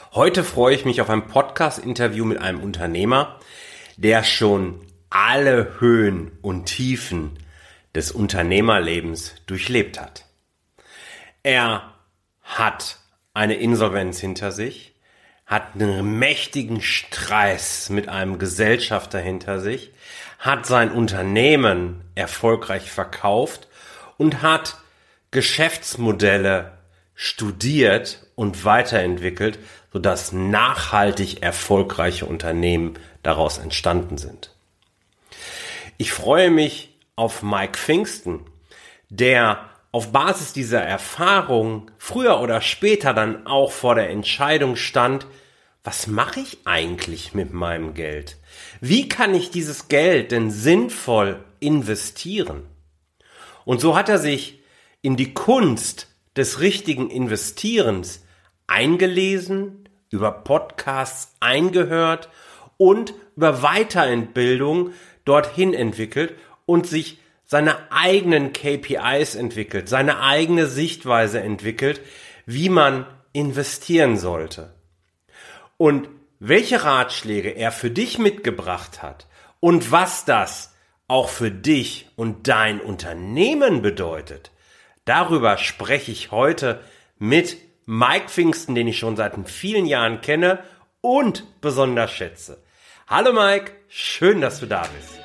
Heute freue ich mich auf ein Podcast-Interview mit einem Unternehmer, der schon alle Höhen und Tiefen des Unternehmerlebens durchlebt hat. Er hat eine Insolvenz hinter sich, hat einen mächtigen Stress mit einem Gesellschafter hinter sich, hat sein Unternehmen erfolgreich verkauft und hat Geschäftsmodelle studiert und weiterentwickelt, sodass nachhaltig erfolgreiche Unternehmen daraus entstanden sind. Ich freue mich auf Mike Pfingsten, der auf Basis dieser Erfahrung früher oder später dann auch vor der Entscheidung stand, was mache ich eigentlich mit meinem Geld? Wie kann ich dieses Geld denn sinnvoll investieren? Und so hat er sich in die Kunst des richtigen Investierens eingelesen, über Podcasts eingehört und über Weiterbildung dorthin entwickelt und sich seine eigenen KPIs entwickelt, seine eigene Sichtweise entwickelt, wie man investieren sollte. Und welche Ratschläge er für dich mitgebracht hat und was das auch für dich und dein Unternehmen bedeutet, darüber spreche ich heute mit Mike Pfingsten, den ich schon seit vielen Jahren kenne und besonders schätze. Hallo Mike, schön, dass du da bist.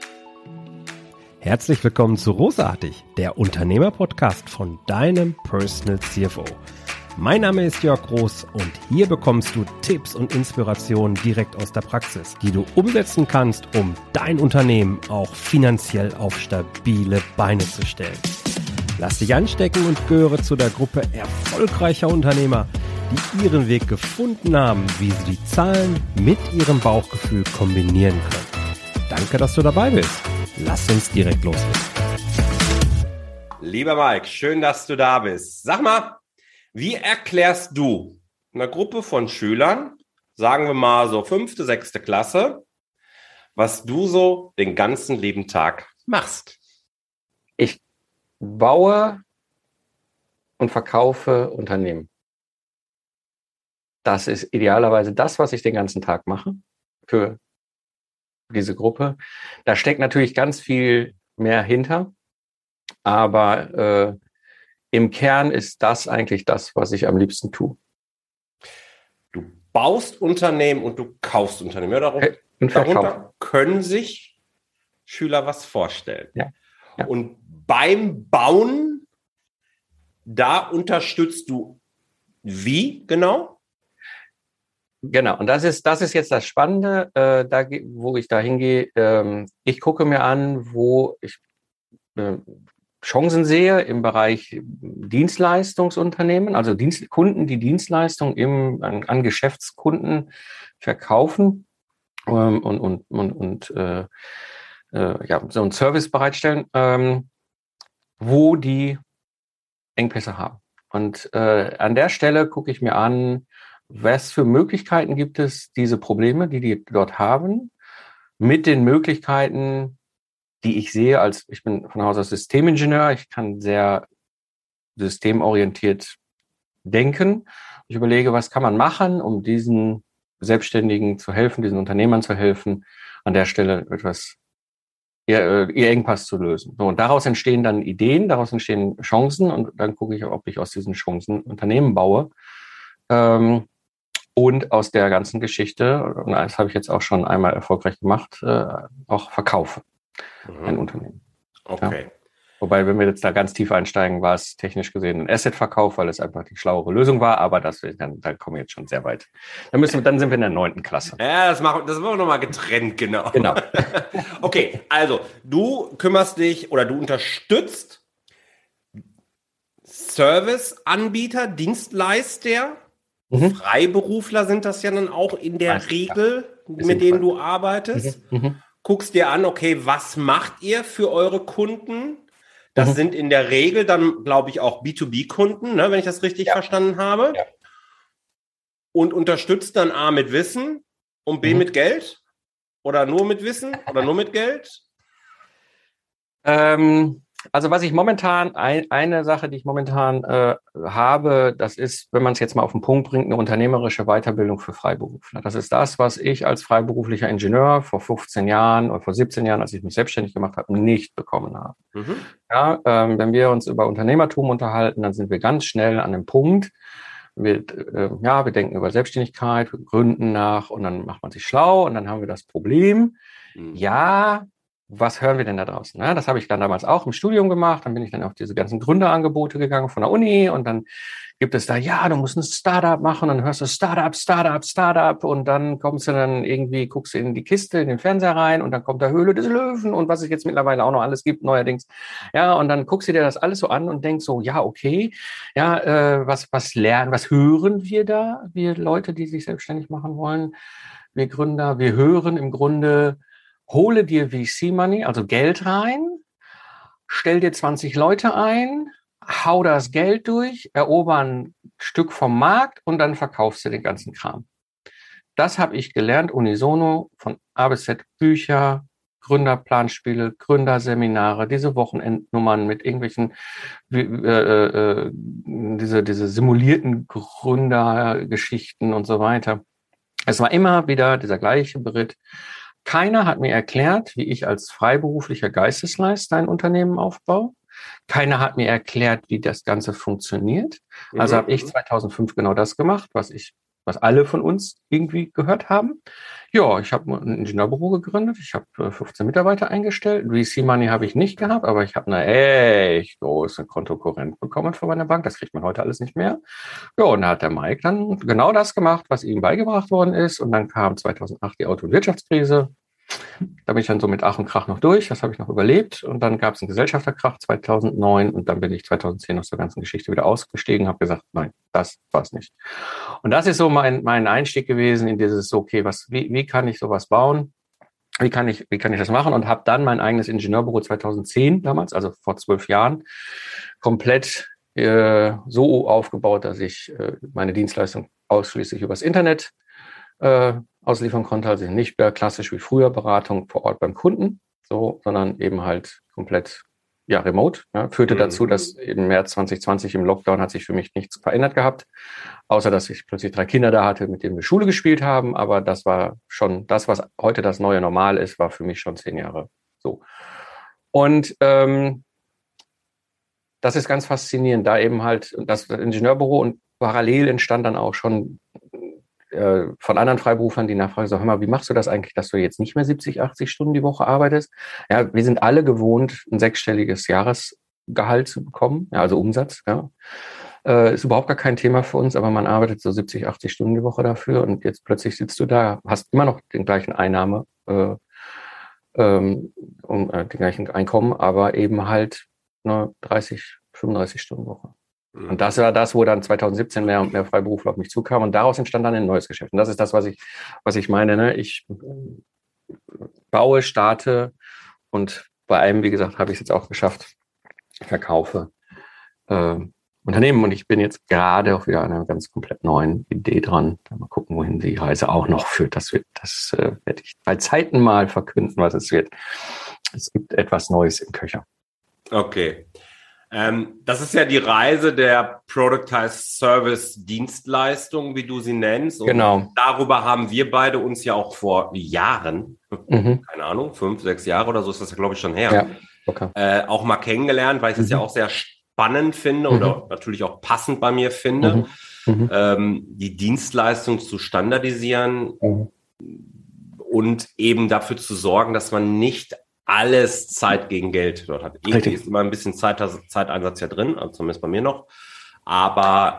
Herzlich willkommen zu Rosartig, der Unternehmer-Podcast von deinem Personal CFO. Mein Name ist Jörg Groß und hier bekommst du Tipps und Inspirationen direkt aus der Praxis, die du umsetzen kannst, um dein Unternehmen auch finanziell auf stabile Beine zu stellen. Lass dich anstecken und gehöre zu der Gruppe erfolgreicher Unternehmer, die ihren Weg gefunden haben, wie sie die Zahlen mit ihrem Bauchgefühl kombinieren können. Danke, dass du dabei bist. Lass uns direkt loslegen. Lieber Mike, schön, dass du da bist. Sag mal, wie erklärst du einer Gruppe von Schülern, sagen wir mal so 5., 6. Klasse, was du so den ganzen lieben Tag machst? Ich baue und verkaufe Unternehmen. Das ist idealerweise das, was ich den ganzen Tag mache für diese Gruppe. Da steckt natürlich ganz viel mehr hinter, aber im Kern ist das eigentlich das, was ich am liebsten tue. Du baust Unternehmen und du kaufst Unternehmen. Ja, darunter können sich Schüler was vorstellen. Ja. Und beim Bauen, da unterstützt du wie genau? Genau, und das ist jetzt das Spannende, wo ich da hingehe. Ich gucke mir an, wo ich Chancen sehe im Bereich Dienstleistungsunternehmen, also Kunden, die Dienstleistungen an Geschäftskunden verkaufen und so einen Service bereitstellen, wo die Engpässe haben. Und an der Stelle gucke ich mir an, was für Möglichkeiten gibt es, diese Probleme, die dort haben, mit den Möglichkeiten, die ich sehe, ich bin von Haus aus Systemingenieur, ich kann sehr systemorientiert denken. Ich überlege, was kann man machen, um diesen Selbstständigen zu helfen, diesen Unternehmern zu helfen, an der Stelle ihr Engpass zu lösen. So, und daraus entstehen dann Ideen, daraus entstehen Chancen und dann gucke ich, ob ich aus diesen Chancen Unternehmen baue. Und aus der ganzen Geschichte, und das habe ich jetzt auch schon einmal erfolgreich gemacht, auch verkaufe. Ein Unternehmen. Okay. Ja. Wobei, wenn wir jetzt da ganz tief einsteigen, war es technisch gesehen ein Asset-Verkauf, weil es einfach die schlauere Lösung war, aber da kommen wir jetzt schon sehr weit. Dann sind wir in der 9. Klasse. Ja, das machen wir nochmal getrennt, genau. Genau. Okay, also du kümmerst dich oder du unterstützt Serviceanbieter, Dienstleister, Freiberufler sind das ja dann auch in der Regel, mit denen du arbeitest. Guckst dir an, okay, was macht ihr für eure Kunden? Das sind in der Regel dann, glaube ich, auch B2B-Kunden, ne, wenn ich das richtig verstanden habe. Ja. Und unterstützt dann A mit Wissen und B mit Geld? Oder nur mit Wissen oder nur mit Geld? Also was ich momentan, eine Sache, die ich momentan habe, das ist, wenn man es jetzt mal auf den Punkt bringt, eine unternehmerische Weiterbildung für Freiberufler. Das ist das, was ich als freiberuflicher Ingenieur vor 15 Jahren oder vor 17 Jahren, als ich mich selbstständig gemacht habe, nicht bekommen habe. Mhm. Ja, wenn wir uns über Unternehmertum unterhalten, dann sind wir ganz schnell an dem Punkt. Wir denken über Selbstständigkeit, wir gründen nach und dann macht man sich schlau und dann haben wir das Problem. Mhm. Ja, was hören wir denn da draußen? Ja, das habe ich dann damals auch im Studium gemacht. Dann bin ich dann auf diese ganzen Gründerangebote gegangen von der Uni und dann gibt es da, ja, du musst ein Startup machen und dann hörst du Startup und dann kommst du dann irgendwie, guckst du in die Kiste, in den Fernseher rein und dann kommt da Höhle des Löwen und was es jetzt mittlerweile auch noch alles gibt, neuerdings. Ja, und dann guckst du dir das alles so an und denkst so, ja, okay, ja, was lernen, was hören wir da, wir Leute, die sich selbstständig machen wollen, wir Gründer, wir hören im Grunde, hole dir VC-Money, also Geld rein, stell dir 20 Leute ein, hau das Geld durch, erober ein Stück vom Markt und dann verkaufst du den ganzen Kram. Das habe ich gelernt, unisono, von A bis Z, Bücher, Gründerplanspiele, Gründerseminare, diese Wochenendnummern mit irgendwelchen, diese simulierten Gründergeschichten und so weiter. Es war immer wieder dieser gleiche Beritt. Keiner hat mir erklärt, wie ich als freiberuflicher Geistesleister ein Unternehmen aufbaue. Keiner hat mir erklärt, wie das Ganze funktioniert. Also habe ich 2005 genau das gemacht, was alle von uns irgendwie gehört haben. Ja, ich habe ein Ingenieurbüro gegründet. Ich habe 15 Mitarbeiter eingestellt. VC-Money habe ich nicht gehabt, aber ich habe eine echt große Kontokorrent bekommen von meiner Bank. Das kriegt man heute alles nicht mehr. Ja, und da hat der Mike dann genau das gemacht, was ihm beigebracht worden ist. Und dann kam 2008 die Auto- und Wirtschaftskrise. Da bin ich dann so mit Ach und Krach noch durch. Das habe ich noch überlebt. Und dann gab es einen Gesellschafterkrach 2009. Und dann bin ich 2010 aus der ganzen Geschichte wieder ausgestiegen, habe gesagt, nein, das war's nicht. Und das ist so mein Einstieg gewesen in dieses, okay, wie kann ich sowas bauen? Wie kann ich das machen? Und habe dann mein eigenes Ingenieurbüro 2010 damals, also vor 12 Jahren, komplett so aufgebaut, dass ich meine Dienstleistung ausschließlich übers Internet ausliefern konnte. Also nicht mehr klassisch wie früher Beratung vor Ort beim Kunden, so, sondern eben halt komplett remote. Ja, führte dazu, dass im März 2020 im Lockdown hat sich für mich nichts verändert gehabt, außer dass ich plötzlich 3 Kinder da hatte, mit denen wir Schule gespielt haben. Aber das war schon das, was heute das neue Normal ist, war für mich schon 10 Jahre so. Und das ist ganz faszinierend, da eben halt das Ingenieurbüro und parallel entstand dann auch schon von anderen Freiberuflern die Nachfrage, so, hör mal, wie machst du das eigentlich, dass du jetzt nicht mehr 70, 80 Stunden die Woche arbeitest? Ja, wir sind alle gewohnt, ein 6-stelliges Jahresgehalt zu bekommen, ja, also Umsatz, ja. Ist überhaupt gar kein Thema für uns, aber man arbeitet so 70, 80 Stunden die Woche dafür und jetzt plötzlich sitzt du da, hast immer noch den gleichen Einnahme, den gleichen Einkommen, aber eben halt 30, 35 Stunden Woche. Und das war das, wo dann 2017 mehr und mehr Freiberufler auf mich zukamen und daraus entstand dann ein neues Geschäft. Und das ist das, was ich meine. Ne? Ich baue, starte und bei einem, wie gesagt, habe ich es jetzt auch geschafft, verkaufe Unternehmen. Und ich bin jetzt gerade auch wieder an einer ganz komplett neuen Idee dran. Mal gucken, wohin die Reise auch noch führt. Das werde ich bei Zeiten mal verkünden, was es wird. Es gibt etwas Neues im Köcher. Okay. Das ist ja die Reise der Productized Service Dienstleistung, wie du sie nennst. Und genau. Darüber haben wir beide uns ja auch vor Jahren, keine Ahnung, 5, 6 Jahre oder so ist das ja, glaube ich, schon her, ja, okay. Auch mal kennengelernt, weil ich das ja auch sehr spannend finde oder natürlich auch passend bei mir finde, die Dienstleistung zu standardisieren und eben dafür zu sorgen, dass man nicht alles Zeit gegen Geld dort hat. Irgendwie ist immer ein bisschen Zeiteinsatz ja drin, also zumindest bei mir noch. Aber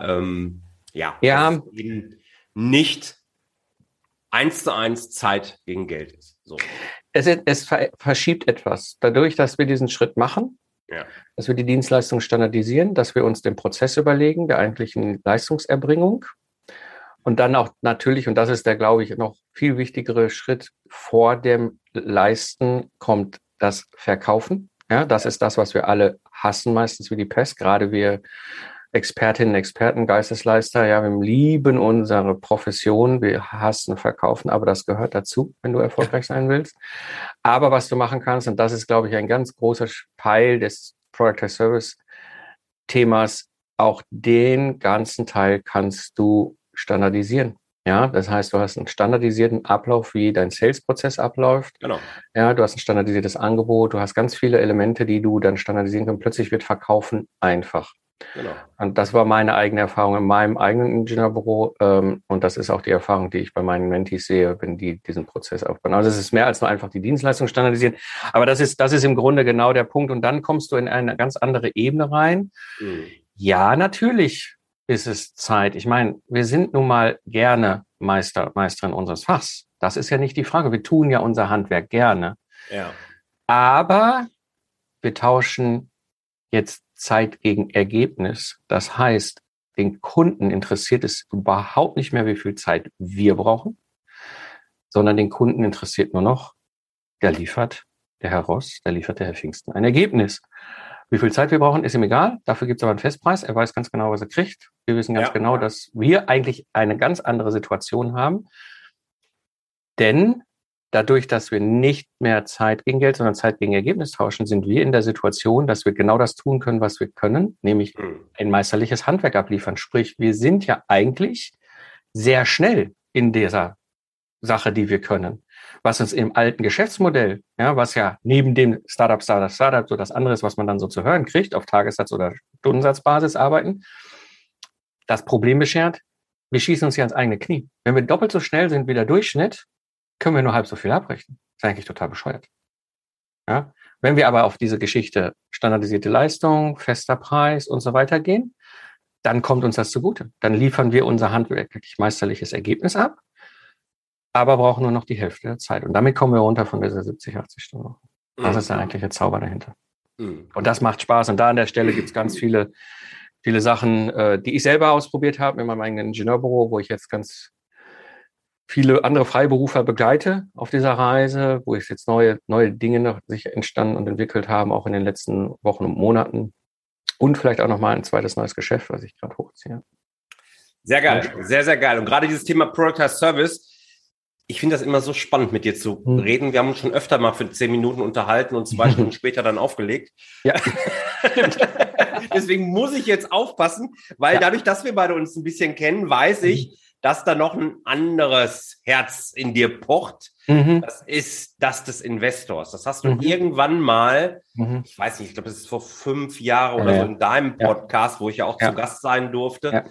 eben nicht 1:1 Zeit gegen Geld ist. So. Es verschiebt etwas. Dadurch, dass wir diesen Schritt machen, dass wir die Dienstleistung standardisieren, dass wir uns den Prozess überlegen, der eigentlichen Leistungserbringung. Und dann auch natürlich, und das ist der, glaube ich, noch viel wichtigere Schritt vor dem Leisten, kommt das Verkaufen. Ja, das ist das, was wir alle hassen, meistens wie die Pest. Gerade wir Expertinnen, Experten, Geistesleister, ja, wir lieben unsere Profession, wir hassen Verkaufen, aber das gehört dazu, wenn du erfolgreich sein willst. Aber was du machen kannst, und das ist, glaube ich, ein ganz großer Teil des Productized Service Themas, auch den ganzen Teil kannst du standardisieren. Ja, das heißt, du hast einen standardisierten Ablauf, wie dein Sales-Prozess abläuft. Genau. Ja, du hast ein standardisiertes Angebot, du hast ganz viele Elemente, die du dann standardisieren kannst. Plötzlich wird Verkaufen einfach. Genau. Und das war meine eigene Erfahrung in meinem eigenen Ingenieurbüro. Und das ist auch die Erfahrung, die ich bei meinen Mentees sehe, wenn die diesen Prozess aufbauen. Also es ist mehr als nur einfach die Dienstleistung standardisieren. Aber das ist im Grunde genau der Punkt. Und dann kommst du in eine ganz andere Ebene rein. Mhm. Ja, natürlich ist es Zeit. Ich meine, wir sind nun mal gerne Meisterin unseres Fachs. Das ist ja nicht die Frage. Wir tun ja unser Handwerk gerne. Ja. Aber wir tauschen jetzt Zeit gegen Ergebnis. Das heißt, den Kunden interessiert es überhaupt nicht mehr, wie viel Zeit wir brauchen, sondern den Kunden interessiert nur noch, der Herr Ross, der liefert der Herr Pfingsten ein Ergebnis. Wie viel Zeit wir brauchen, ist ihm egal. Dafür gibt es aber einen Festpreis. Er weiß ganz genau, was er kriegt. Wir wissen ganz genau, dass wir eigentlich eine ganz andere Situation haben. Denn dadurch, dass wir nicht mehr Zeit gegen Geld, sondern Zeit gegen Ergebnis tauschen, sind wir in der Situation, dass wir genau das tun können, was wir können, nämlich ein meisterliches Handwerk abliefern. Sprich, wir sind ja eigentlich sehr schnell in dieser Sache, die wir können. Was uns im alten Geschäftsmodell, ja, was ja neben dem Startup so das andere ist, was man dann so zu hören kriegt, auf Tagessatz- oder Stundensatzbasis arbeiten, das Problem beschert, wir schießen uns ja ins eigene Knie. Wenn wir doppelt so schnell sind wie der Durchschnitt, können wir nur halb so viel abrechnen. Das ist eigentlich total bescheuert. Ja? Wenn wir aber auf diese Geschichte standardisierte Leistung, fester Preis und so weiter gehen, dann kommt uns das zugute. Dann liefern wir unser handwerklich meisterliches Ergebnis ab, aber brauchen nur noch die Hälfte der Zeit. Und damit kommen wir runter von dieser 70, 80 Stunden Woche. Das ist der eigentliche Zauber dahinter. Und das macht Spaß. Und da an der Stelle gibt es ganz viele Sachen, die ich selber ausprobiert habe in meinem eigenen Ingenieurbüro, wo ich jetzt ganz viele andere Freiberufler begleite auf dieser Reise, wo ich jetzt neue Dinge noch sich entstanden und entwickelt haben, auch in den letzten Wochen und Monaten. Und vielleicht auch nochmal ein zweites neues Geschäft, was ich gerade hochziehe. Sehr geil, sehr, sehr geil. Und gerade dieses Thema Productized Service, ich finde das immer so spannend, mit dir zu reden. Wir haben uns schon öfter mal für 10 Minuten unterhalten und 2 Stunden später dann aufgelegt. Ja. Deswegen muss ich jetzt aufpassen, weil dadurch, dass wir beide uns ein bisschen kennen, weiß ich, dass da noch ein anderes Herz in dir pocht. Das ist das des Investors. Das hast du irgendwann mal, ich weiß nicht, ich glaube, das ist vor 5 Jahren oder so in deinem Podcast, wo ich ja auch zu Gast sein durfte,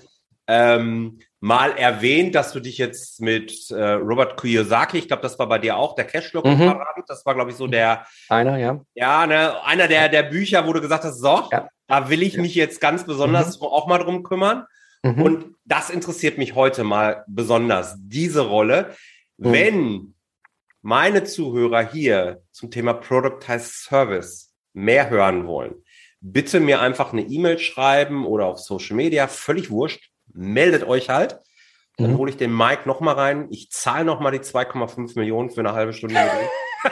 mal erwähnt, dass du dich jetzt mit Robert Kiyosaki, ich glaube, das war bei dir auch, der Cashflow-Quadrant, das war, glaube ich, so einer der Bücher, wo du gesagt hast, so, da will ich mich jetzt ganz besonders auch mal drum kümmern. Und das interessiert mich heute mal besonders, diese Rolle. Wenn meine Zuhörer hier zum Thema Productized Service mehr hören wollen, bitte mir einfach eine E-Mail schreiben oder auf Social Media, völlig wurscht, meldet euch halt. Dann hole ich den Mike nochmal rein. Ich zahle nochmal die 2,5 Millionen für eine halbe Stunde mit ihm.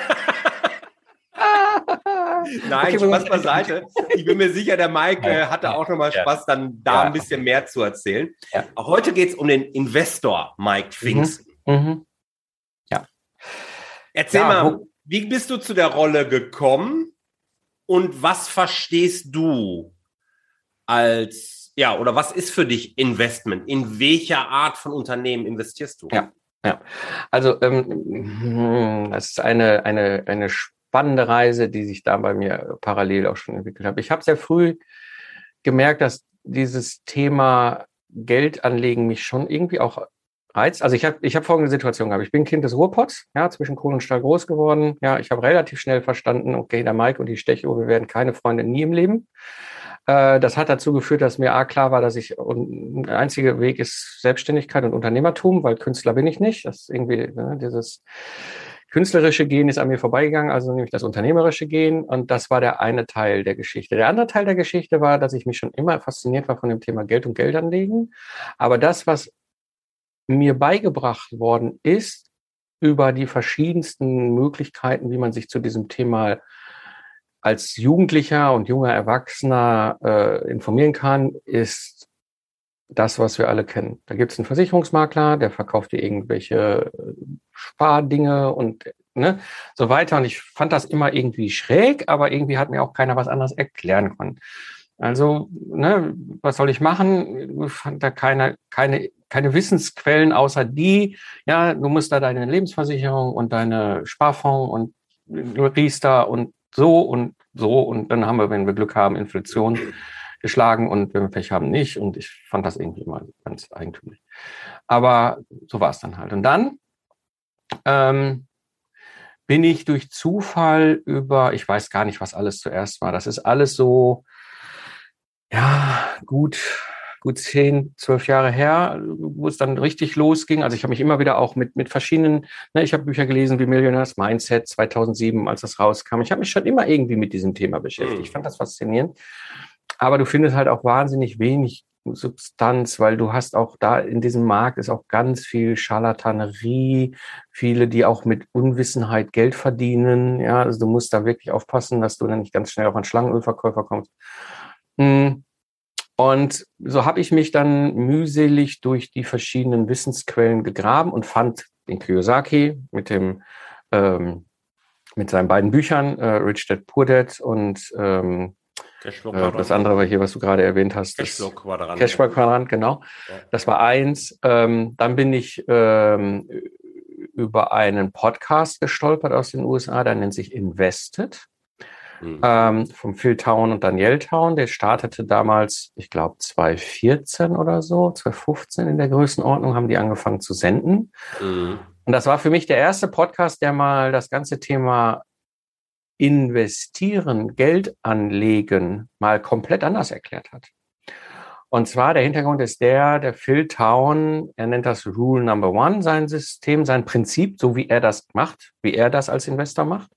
Nein, Spaß beiseite. Ich bin mir sicher, der Mike hatte auch nochmal Spaß, dann da ein bisschen mehr zu erzählen. Auch heute geht es um den Investor, Mike Pfingsten. Ja. Erzähl mal, wie bist du zu der Rolle gekommen und was verstehst du als, oder was ist für dich Investment? In welcher Art von Unternehmen investierst du? Ja. Also, das ist eine spannende Reise, die sich da bei mir parallel auch schon entwickelt hat. Ich habe sehr früh gemerkt, dass dieses Thema Geld anlegen mich schon irgendwie auch reizt. Also ich hab folgende Situation gehabt. Ich bin Kind des Ruhrpots, zwischen Kohle und Stahl groß geworden. Ja, ich habe relativ schnell verstanden, okay, der Mike und die Stechuhr, wir werden keine Freunde nie im Leben. Das hat dazu geführt, dass mir klar war, dass der einzige Weg ist Selbstständigkeit und Unternehmertum, weil Künstler bin ich nicht. Das ist irgendwie, dieses künstlerische Gen ist an mir vorbeigegangen, also nämlich das unternehmerische Gen. Und das war der eine Teil der Geschichte. Der andere Teil der Geschichte war, dass ich mich schon immer fasziniert war von dem Thema Geld und Geldanlegen. Aber das, was mir beigebracht worden ist, über die verschiedensten Möglichkeiten, wie man sich zu diesem Thema als Jugendlicher und junger Erwachsener informieren kann, ist das, was wir alle kennen. Da gibt es einen Versicherungsmakler, der verkauft dir irgendwelche Spardinge und ne, so weiter. Und ich fand das immer irgendwie schräg, aber irgendwie hat mir auch keiner was anderes erklären können. Also, ne, was soll ich machen? Ich fand da keine Wissensquellen außer die, ja, du musst da deine Lebensversicherung und deine Sparfonds und Riester und so und dann haben wir, wenn wir Glück haben, Inflation geschlagen und wenn wir Pech haben, nicht. Und ich fand das irgendwie immer ganz eigentümlich. Aber so war es dann halt. Und dann bin ich durch Zufall ich weiß gar nicht, was alles zuerst war. Das ist alles so, ja, gut 10, 12 Jahre her, wo es dann richtig losging. Also ich habe mich immer wieder auch mit verschiedenen, ne, ich habe Bücher gelesen wie Millionaires Mindset 2007, als das rauskam. Ich habe mich schon immer irgendwie mit diesem Thema beschäftigt. Ich fand das faszinierend. Aber du findest halt auch wahnsinnig wenig Substanz, weil du hast auch da in diesem Markt ist auch ganz viel Scharlatanerie, viele, die auch mit Unwissenheit Geld verdienen. Ja, also du musst da wirklich aufpassen, dass du dann nicht ganz schnell auf einen Schlangenölverkäufer kommst. Und so habe ich mich dann mühselig durch die verschiedenen Wissensquellen gegraben und fand den Kiyosaki mit seinen beiden Büchern, Rich Dad Poor Dad und das andere war hier, was du gerade erwähnt hast. Cashflow-Quadrant. Cashflow-Quadrant, genau. Ja. Das war eins. Dann bin ich über einen Podcast gestolpert aus den USA, der nennt sich Invested. Vom Phil Town und Danielle Town. Der startete damals, ich glaube, 2014 oder so, 2015 in der Größenordnung, haben die angefangen zu senden. Und das war für mich der erste Podcast, der mal das ganze Thema Investieren, Geld anlegen, mal komplett anders erklärt hat. Und zwar, der Hintergrund ist der Phil Town, er nennt das Rule Number One, sein System, sein Prinzip, so wie er das macht, wie er das als Investor macht.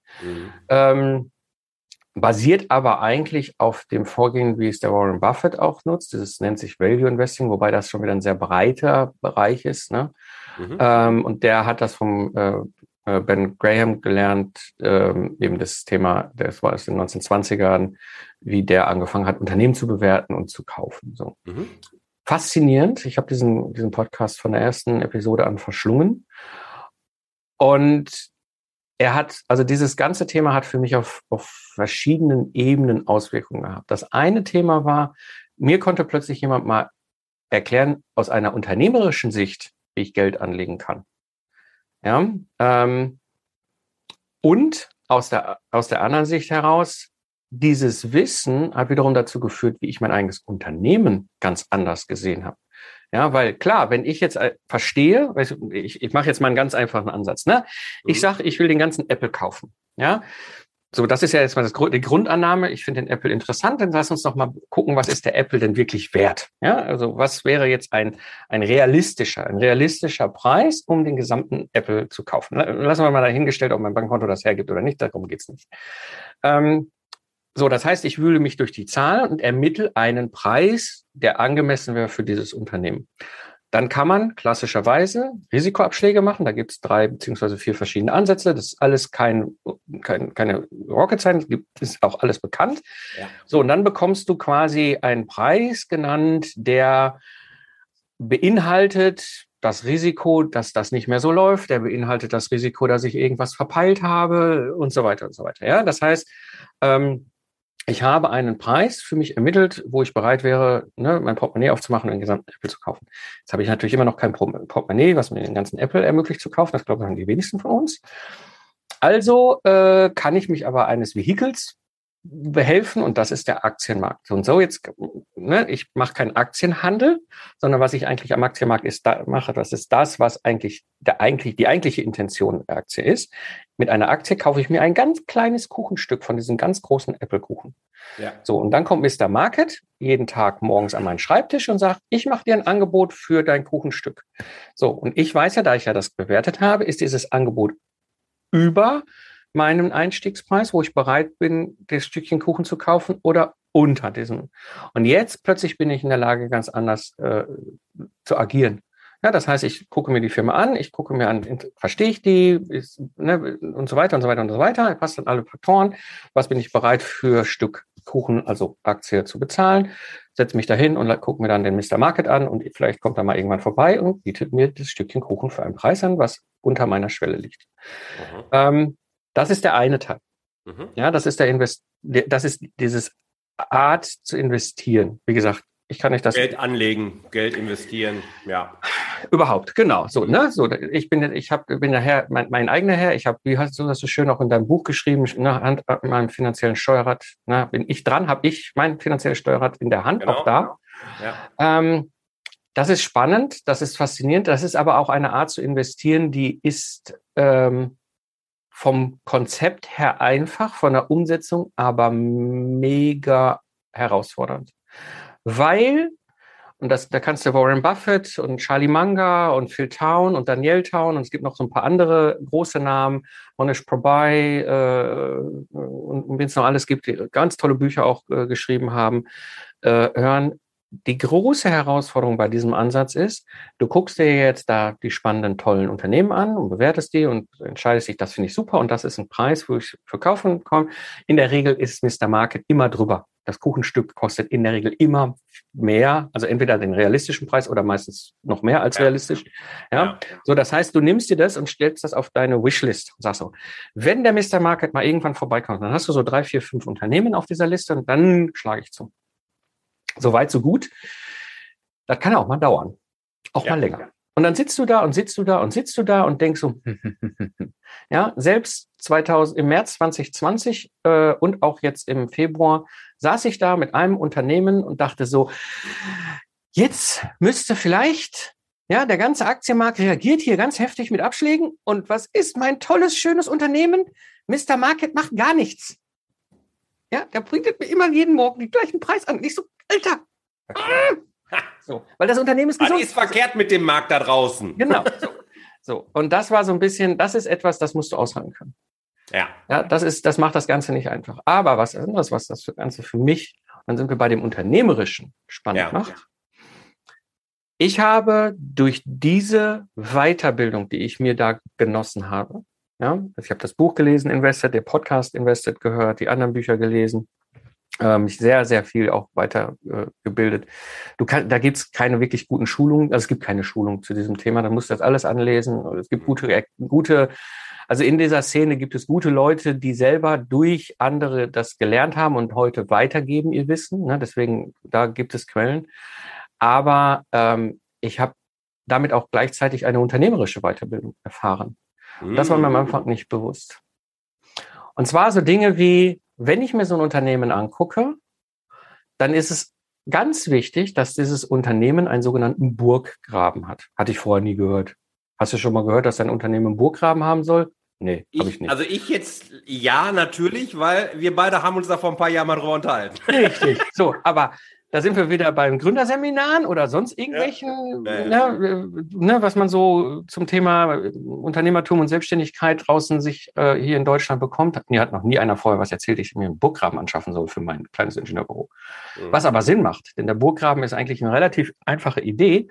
Basiert aber eigentlich auf dem Vorgehen, wie es der Warren Buffett auch nutzt. Das nennt sich Value Investing, wobei das schon wieder ein sehr breiter Bereich ist. Ne? Und der hat das vom Ben Graham gelernt, eben das Thema, das war es in den 1920ern, wie der angefangen hat, Unternehmen zu bewerten und zu kaufen. So. Faszinierend. Ich habe diesen Podcast von der ersten Episode an verschlungen. Und also dieses ganze Thema hat für mich auf verschiedenen Ebenen Auswirkungen gehabt. Das eine Thema war, mir konnte plötzlich jemand mal erklären, aus einer unternehmerischen Sicht, wie ich Geld anlegen kann. Ja, und aus der anderen Sicht heraus, dieses Wissen hat wiederum dazu geführt, wie ich mein eigenes Unternehmen ganz anders gesehen habe. Ja, weil klar, wenn ich jetzt verstehe, ich mache jetzt mal einen ganz einfachen Ansatz, ne? Ich sage, ich will den ganzen Apple kaufen. Ja, so, das ist ja jetzt mal die Grundannahme. Ich finde den Apple interessant. Dann lass uns noch mal gucken, was ist der Apple denn wirklich wert? Ja, also was wäre jetzt ein realistischer Preis, um den gesamten Apple zu kaufen? Lassen wir mal dahingestellt, ob mein Bankkonto das hergibt oder nicht. Darum geht's nicht. So, das heißt, ich wühle mich durch die Zahlen und ermittle einen Preis, der angemessen wäre für dieses Unternehmen. Dann kann man klassischerweise Risikoabschläge machen. Da gibt es 3 beziehungsweise 4 verschiedene Ansätze. Das ist alles keine Rocket Science, ist auch alles bekannt. Ja. So, und dann bekommst du quasi einen Preis genannt, der beinhaltet das Risiko, dass das nicht mehr so läuft. Der beinhaltet das Risiko, dass ich irgendwas verpeilt habe und so weiter und so weiter. Ja, das heißt, ich habe einen Preis für mich ermittelt, wo ich bereit wäre, mein Portemonnaie aufzumachen und den gesamten Apple zu kaufen. Jetzt habe ich natürlich immer noch kein Portemonnaie, was mir den ganzen Apple ermöglicht zu kaufen. Das glaube ich haben die wenigsten von uns. Also kann ich mich aber eines Vehikels behelfen und das ist der Aktienmarkt. Und so jetzt, ich mache keinen Aktienhandel, sondern was ich eigentlich am Aktienmarkt mache, das ist das, was eigentlich die eigentliche Intention der Aktie ist. Mit einer Aktie kaufe ich mir ein ganz kleines Kuchenstück von diesem ganz großen Apple-Kuchen. Ja. So, und dann kommt Mr. Market jeden Tag morgens an meinen Schreibtisch und sagt, ich mache dir ein Angebot für dein Kuchenstück. So, und ich weiß ja, da ich ja das bewertet habe, ist dieses Angebot über meinen Einstiegspreis, wo ich bereit bin, das Stückchen Kuchen zu kaufen, oder unter diesem. Und jetzt plötzlich bin ich in der Lage, ganz anders zu agieren. Ja, das heißt, ich gucke mir die Firma an, ich gucke mir an, verstehe ich die, und so weiter und so weiter und so weiter. Passt dann alle Faktoren. Was bin ich bereit für Stück Kuchen, also Aktie, zu bezahlen? setze mich dahin und gucke mir dann den Mr. Market an und vielleicht kommt er mal irgendwann vorbei und bietet mir das Stückchen Kuchen für einen Preis an, was unter meiner Schwelle liegt. Das ist der eine Teil. Ja, das ist das ist dieses Art zu investieren. Wie gesagt, ich kann nicht das Geld anlegen, Geld investieren, ja. Überhaupt, genau. So, ne? So, bin der Herr, mein eigener Herr. Wie hast du das so schön auch in deinem Buch geschrieben, ne, Hand an meinem finanziellen Steuerrad. Ne, bin ich dran, habe ich mein finanzielles Steuerrad in der Hand, genau. Auch da. Ja. Das ist spannend, das ist faszinierend. Das ist aber auch eine Art zu investieren, die ist vom Konzept her einfach, von der Umsetzung aber mega herausfordernd. Weil, und da kannst du Warren Buffett und Charlie Munger und Phil Town und Danielle Town und es gibt noch so ein paar andere große Namen, Monish Prabhai und wen es noch alles gibt, die ganz tolle Bücher auch geschrieben haben, hören. Die große Herausforderung bei diesem Ansatz ist, du guckst dir jetzt da die spannenden, tollen Unternehmen an und bewertest die und entscheidest dich, das finde ich super und das ist ein Preis, wo ich für kaufen komme. In der Regel ist Mr. Market immer drüber. Das Kuchenstück kostet in der Regel immer mehr, also entweder den realistischen Preis oder meistens noch mehr als realistisch. Ja. So, das heißt, du nimmst dir das und stellst das auf deine Wishlist und sagst so, wenn der Mr. Market mal irgendwann vorbeikommt, dann hast du so 3, 4, 5 Unternehmen auf dieser Liste und dann schlage ich zu. So weit, so gut. Das kann auch mal dauern. Auch mal länger. Und dann sitzt du da und denkst so, ja, selbst im März 2020 und auch jetzt im Februar saß ich da mit einem Unternehmen und dachte so, jetzt müsste vielleicht, ja, der ganze Aktienmarkt reagiert hier ganz heftig mit Abschlägen. Und was ist mein tolles, schönes Unternehmen? Mr. Market macht gar nichts. Ja, der bringt mir immer jeden Morgen den gleichen Preis an. Und ich so, Alter! So, weil das Unternehmen ist gesund. Was ist verkehrt mit dem Markt da draußen? Genau. So. Und das war so ein bisschen, das ist etwas, das musst du aushalten können. Ja, das macht das Ganze nicht einfach. Aber was anderes, was das Ganze für mich, dann sind wir bei dem Unternehmerischen spannend macht. Ich habe durch diese Weiterbildung, die ich mir da genossen habe, ja, ich habe das Buch gelesen, Invested, der Podcast Invested gehört, die anderen Bücher gelesen, mich sehr, sehr viel auch weitergebildet. Da gibt es keine wirklich guten Schulungen, also es gibt keine Schulung zu diesem Thema, da musst du das alles anlesen. Es gibt gute, also in dieser Szene gibt es gute Leute, die selber durch andere das gelernt haben und heute weitergeben ihr Wissen. Ne? Deswegen, da gibt es Quellen. Aber ich habe damit auch gleichzeitig eine unternehmerische Weiterbildung erfahren. Das war mir am Anfang nicht bewusst. Und zwar so Dinge wie, wenn ich mir so ein Unternehmen angucke, dann ist es ganz wichtig, dass dieses Unternehmen einen sogenannten Burggraben hat. Hatte ich vorher nie gehört. Hast du schon mal gehört, dass ein Unternehmen einen Burggraben haben soll? Nee, habe ich nicht. Also ich jetzt, ja, natürlich, weil wir beide haben uns da vor ein paar Jahren mal drüber unterhalten. Richtig. So, aber da sind wir wieder beim Gründerseminaren oder sonst irgendwelchen, was man so zum Thema Unternehmertum und Selbstständigkeit draußen sich hier in Deutschland bekommt. Mir hat noch nie einer vorher was erzählt, ich mir einen Burggraben anschaffen soll für mein kleines Ingenieurbüro. Was aber Sinn macht, denn der Burggraben ist eigentlich eine relativ einfache Idee.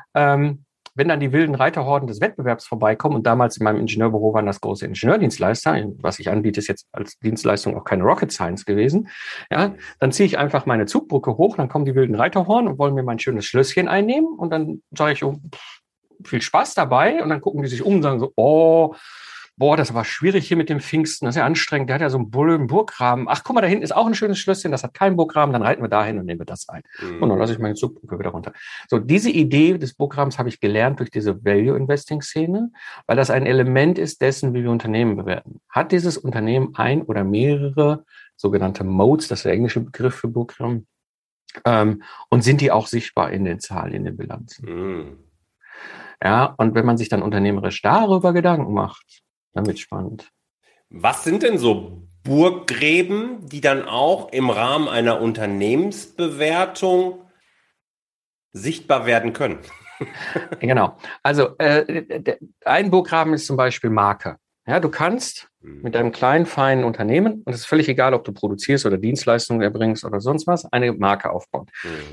Wenn dann die wilden Reiterhorden des Wettbewerbs vorbeikommen, und damals in meinem Ingenieurbüro waren das große Ingenieurdienstleister, was ich anbiete, ist jetzt als Dienstleistung auch keine Rocket Science gewesen, ja, dann ziehe ich einfach meine Zugbrücke hoch, dann kommen die wilden Reiterhorden und wollen mir mein schönes Schlösschen einnehmen und dann sage ich, viel Spaß dabei und dann gucken die sich um und sagen so, das war schwierig hier mit dem Pfingsten, das ist ja anstrengend, der hat ja so einen blöden Burggraben. Ach, guck mal, da hinten ist auch ein schönes Schlösschen, das hat keinen Burggraben, dann reiten wir dahin und nehmen wir das ein. Und dann lasse ich meine Zugbrücke wieder runter. So, diese Idee des Burggrabens habe ich gelernt durch diese Value-Investing-Szene, weil das ein Element ist dessen, wie wir Unternehmen bewerten. Hat dieses Unternehmen ein oder mehrere sogenannte Modes, das ist der englische Begriff für Burggraben, und sind die auch sichtbar in den Zahlen, in den Bilanzen? Ja, und wenn man sich dann unternehmerisch darüber Gedanken macht, dann wird spannend. Was sind denn so Burggräben, die dann auch im Rahmen einer Unternehmensbewertung sichtbar werden können? Genau. Also ein Burggraben ist zum Beispiel Marke. Ja, du kannst mit einem kleinen, feinen Unternehmen, und es ist völlig egal, ob du produzierst oder Dienstleistungen erbringst oder sonst was, eine Marke aufbauen.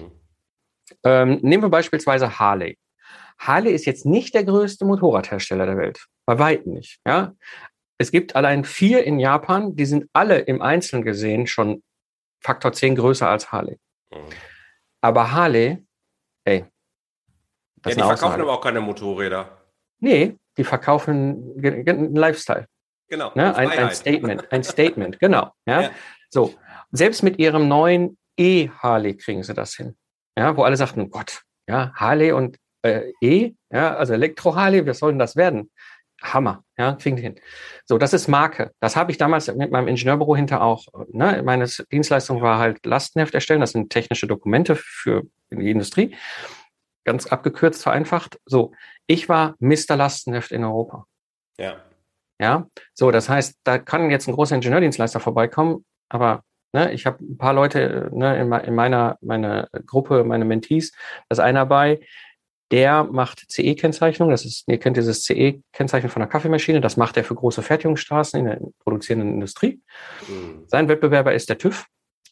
Nehmen wir beispielsweise Harley. Harley ist jetzt nicht der größte Motorradhersteller der Welt. Bei weitem nicht. Ja? Es gibt allein 4 in Japan, die sind alle im Einzelnen gesehen schon Faktor 10 größer als Harley. Aber Harley, ey, das Ja, ist die eine verkaufen Aussage. aber auch keine Motorräder. Nee, die verkaufen einen Lifestyle. Genau, Ne? und Ein Freiheit. Statement, genau. Ja? Ja, So, selbst mit ihrem neuen E-Harley kriegen sie das hin. Ja, wo alle sagten, oh Gott, ja, Harley und ja, also Elektro-Harley, was soll denn das werden? Hammer, ja, kriegen die hin. So, das ist Marke. Das habe ich damals mit meinem Ingenieurbüro hinter auch. Ne? Meine Dienstleistung war halt Lastenheft erstellen. Das sind technische Dokumente für die Industrie. Ganz abgekürzt, vereinfacht. So, ich war Mr. Lastenheft in Europa. ja. Ja, so, das heißt, da kann jetzt ein großer Ingenieurdienstleister vorbeikommen, aber ne, ich habe ein paar Leute in meiner Gruppe, meine Mentees, da ist einer bei, der macht CE-Kennzeichnung, ihr kennt dieses CE-Kennzeichen von der Kaffeemaschine, das macht er für große Fertigungsstraßen in der produzierenden Industrie. Mhm. Sein Wettbewerber ist der TÜV.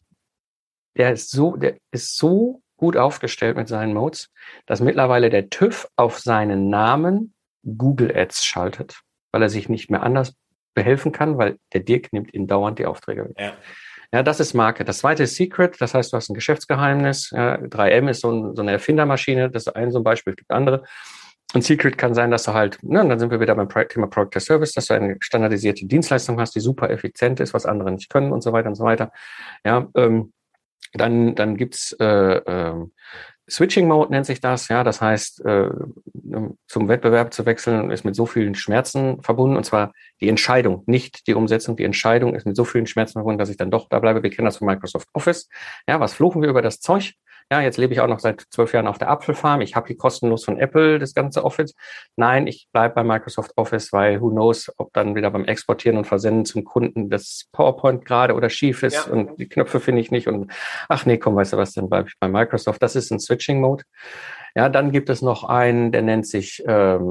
Der ist so gut aufgestellt mit seinen Modes, dass mittlerweile der TÜV auf seinen Namen Google Ads schaltet, weil er sich nicht mehr anders behelfen kann, weil der Dirk nimmt ihn dauernd die Aufträge weg. Ja. Ja, das ist Marke. Das zweite ist Secret, das heißt, du hast ein Geschäftsgeheimnis. Ja, 3M ist so eine Erfindermaschine, das ist so ein Beispiel, es gibt andere. Und Secret kann sein, dass du halt, ne, und dann sind wir wieder beim Thema Product as Service, dass du eine standardisierte Dienstleistung hast, die super effizient ist, was andere nicht können und so weiter und so weiter. Ja, dann gibt's Switching Mode nennt sich das, ja, das heißt, zum Wettbewerb zu wechseln ist mit so vielen Schmerzen verbunden, und zwar die Entscheidung, nicht die Umsetzung, die Entscheidung ist mit so vielen Schmerzen verbunden, dass ich dann doch da bleibe. Wir kennen das von Microsoft Office. Ja, was fluchen wir über das Zeug? Ja, jetzt lebe ich auch noch seit 12 Jahren auf der Apfelfarm. Ich habe hier kostenlos von Apple das ganze Office. Nein, ich bleibe bei Microsoft Office, weil who knows, ob dann wieder beim Exportieren und Versenden zum Kunden das PowerPoint gerade oder schief ist und die Knöpfe finde ich nicht und ach nee, komm, weißt du was, dann bleibe ich bei Microsoft. Das ist ein Switching Mode. Ja, dann gibt es noch einen, der nennt sich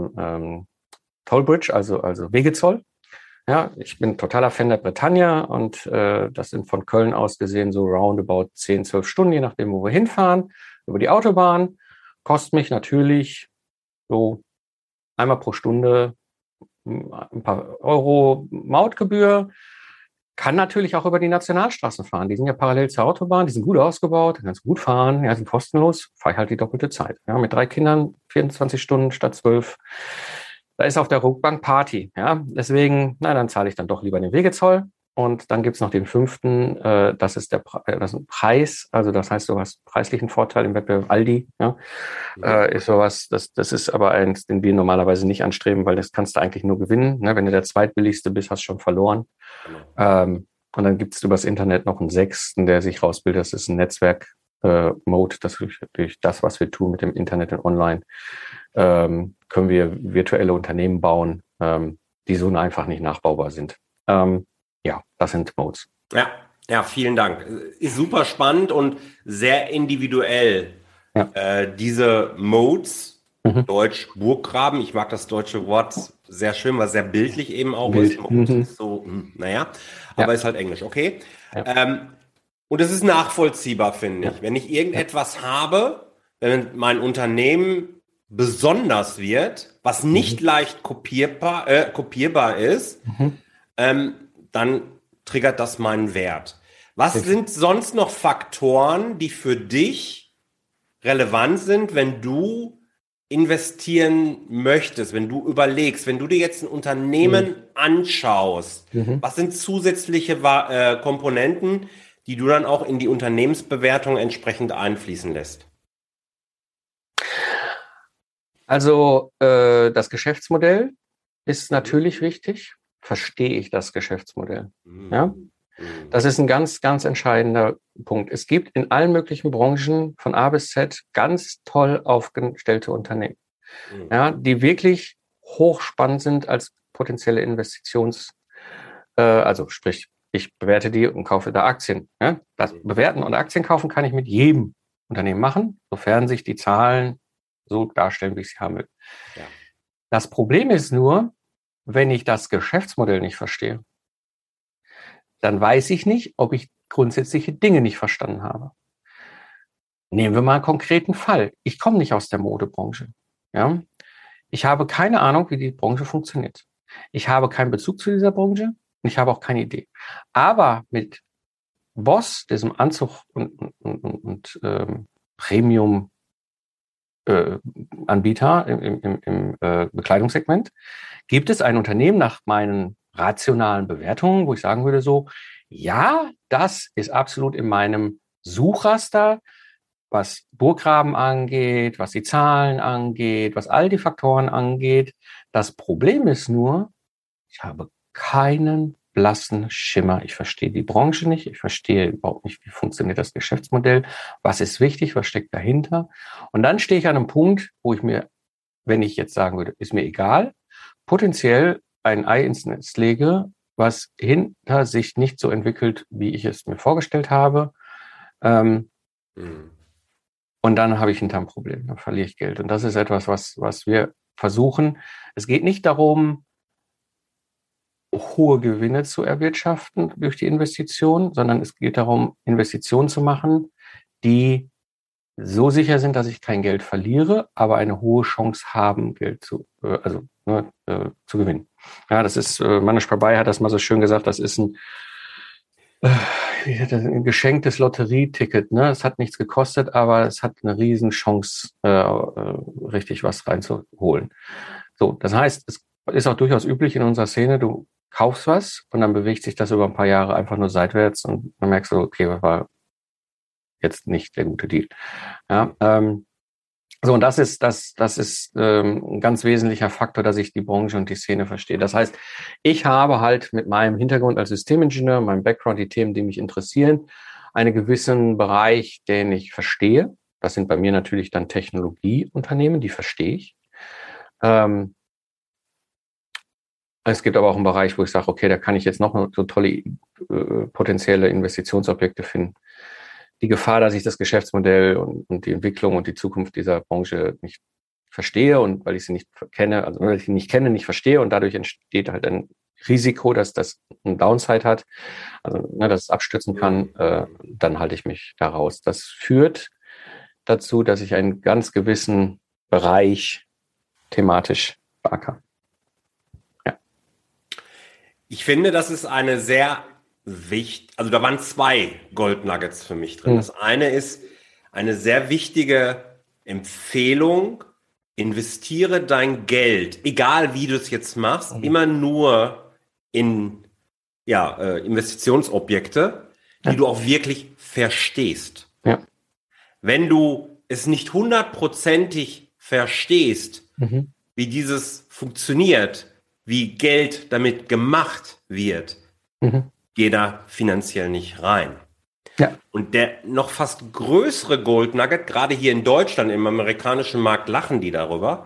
Tollbridge, also Wegezoll. Ja, ich bin totaler Fan der Britannia und das sind von Köln aus gesehen so roundabout 10, 12 Stunden, je nachdem, wo wir hinfahren, über die Autobahn. Kostet mich natürlich so einmal pro Stunde ein paar Euro Mautgebühr. Kann natürlich auch über die Nationalstraßen fahren. Die sind ja parallel zur Autobahn, die sind gut ausgebaut, kannst gut fahren, ja, sind kostenlos, fahre ich halt die doppelte Zeit. Ja, mit 3 Kindern 24 Stunden statt 12. Da ist auf der Rückbank Party. Ja, deswegen, dann zahle ich dann doch lieber den Wegezoll. Und dann gibt's noch den 5., das ist das ist ein Preis, also das heißt, du hast preislichen Vorteil im Wettbewerb. Aldi, ja, ist sowas, das ist aber eins, den wir normalerweise nicht anstreben, weil das kannst du eigentlich nur gewinnen. Ne? Wenn du der zweitbilligste bist, hast du schon verloren. Genau. Und dann gibt's übers Internet noch einen 6., der sich rausbildet, das ist ein Netzwerk-Mode, das durch das, was wir tun mit dem Internet und online, können wir virtuelle Unternehmen bauen, die so einfach nicht nachbaubar sind. Ja, das sind Modes. Ja, vielen Dank. Ist super spannend und sehr individuell. Ja. Diese Modes, Deutsch Burggraben, ich mag das deutsche Wort sehr schön, weil sehr bildlich eben auch ist. Modes ist so, aber ist halt Englisch, okay. Ja. Und es ist nachvollziehbar, finde ich. Wenn ich irgendetwas habe, wenn mein Unternehmen besonders wird, was nicht leicht kopierbar ist, dann triggert das meinen Wert. Was sind sonst noch Faktoren, die für dich relevant sind, wenn du investieren möchtest, wenn du überlegst, wenn du dir jetzt ein Unternehmen anschaust, was sind zusätzliche Komponenten, die du dann auch in die Unternehmensbewertung entsprechend einfließen lässt? Also das Geschäftsmodell ist natürlich wichtig. Verstehe ich das Geschäftsmodell? Ja, das ist ein ganz, ganz entscheidender Punkt. Es gibt in allen möglichen Branchen von A bis Z ganz toll aufgestellte Unternehmen, ja, die wirklich hochspannend sind als potenzielle also sprich, ich bewerte die und kaufe da Aktien. Ja? Das Bewerten und Aktien kaufen kann ich mit jedem Unternehmen machen, sofern sich die Zahlen so darstellen, wie ich sie haben will. Ja. Das Problem ist nur, wenn ich das Geschäftsmodell nicht verstehe, dann weiß ich nicht, ob ich grundsätzliche Dinge nicht verstanden habe. Nehmen wir mal einen konkreten Fall. Ich komme nicht aus der Modebranche. Ja? Ich habe keine Ahnung, wie die Branche funktioniert. Ich habe keinen Bezug zu dieser Branche und ich habe auch keine Idee. Aber mit Boss, diesem Anzug und Premium Anbieter im Bekleidungssegment, gibt es ein Unternehmen nach meinen rationalen Bewertungen, wo ich sagen würde so, ja, das ist absolut in meinem Suchraster, was Burggraben angeht, was die Zahlen angeht, was all die Faktoren angeht. Das Problem ist nur, ich habe keinen blassen Schimmer. Ich verstehe die Branche nicht. Ich verstehe überhaupt nicht, wie funktioniert das Geschäftsmodell. Was ist wichtig? Was steckt dahinter? Und dann stehe ich an einem Punkt, wo ich mir, wenn ich jetzt sagen würde, ist mir egal, potenziell ein Ei ins Netz lege, was hinter sich nicht so entwickelt, wie ich es mir vorgestellt habe. Und dann habe ich hinterm Problem. Dann verliere ich Geld. Und das ist etwas, was wir versuchen. Es geht nicht darum, hohe Gewinne zu erwirtschaften durch die Investition, sondern es geht darum, Investitionen zu machen, die so sicher sind, dass ich kein Geld verliere, aber eine hohe Chance haben, Geld zu gewinnen. Ja, das ist, Manish Pabbai hat das mal so schön gesagt, das ist ein geschenktes Lotterieticket. Ne? Es hat nichts gekostet, aber es hat eine riesen Chance, richtig was reinzuholen. So, das heißt, es ist auch durchaus üblich in unserer Szene, du kaufst was und dann bewegt sich das über ein paar Jahre einfach nur seitwärts und dann merkst du, okay, das war jetzt nicht der gute Deal. Ja, so, und das ist ein ganz wesentlicher Faktor, dass ich die Branche und die Szene verstehe. Das heißt, ich habe halt mit meinem Hintergrund als Systemingenieur, meinem Background, die Themen, die mich interessieren, einen gewissen Bereich, den ich verstehe. Das sind bei mir natürlich dann Technologieunternehmen, die verstehe ich. Es gibt aber auch einen Bereich, wo ich sage, okay, da kann ich jetzt noch so tolle potenzielle Investitionsobjekte finden. Die Gefahr, dass ich das Geschäftsmodell und die Entwicklung und die Zukunft dieser Branche nicht verstehe und weil ich sie nicht kenne, also weil ich sie nicht kenne, nicht verstehe und dadurch entsteht halt ein Risiko, dass das einen Downside hat, also dass es abstürzen kann, dann halte ich mich da raus. Das führt dazu, dass ich einen ganz gewissen Bereich thematisch beackere. Ich finde, das ist eine sehr also da waren 2 Gold Nuggets für mich drin. Das eine ist eine sehr wichtige Empfehlung, investiere dein Geld, egal wie du es jetzt machst, immer nur in Investitionsobjekte, die du auch wirklich verstehst. Ja. Wenn du es nicht 100%ig verstehst, wie dieses funktioniert, wie Geld damit gemacht wird, geh da finanziell nicht rein. Ja. Und der noch fast größere Gold Nugget, gerade hier in Deutschland, im amerikanischen Markt lachen die darüber,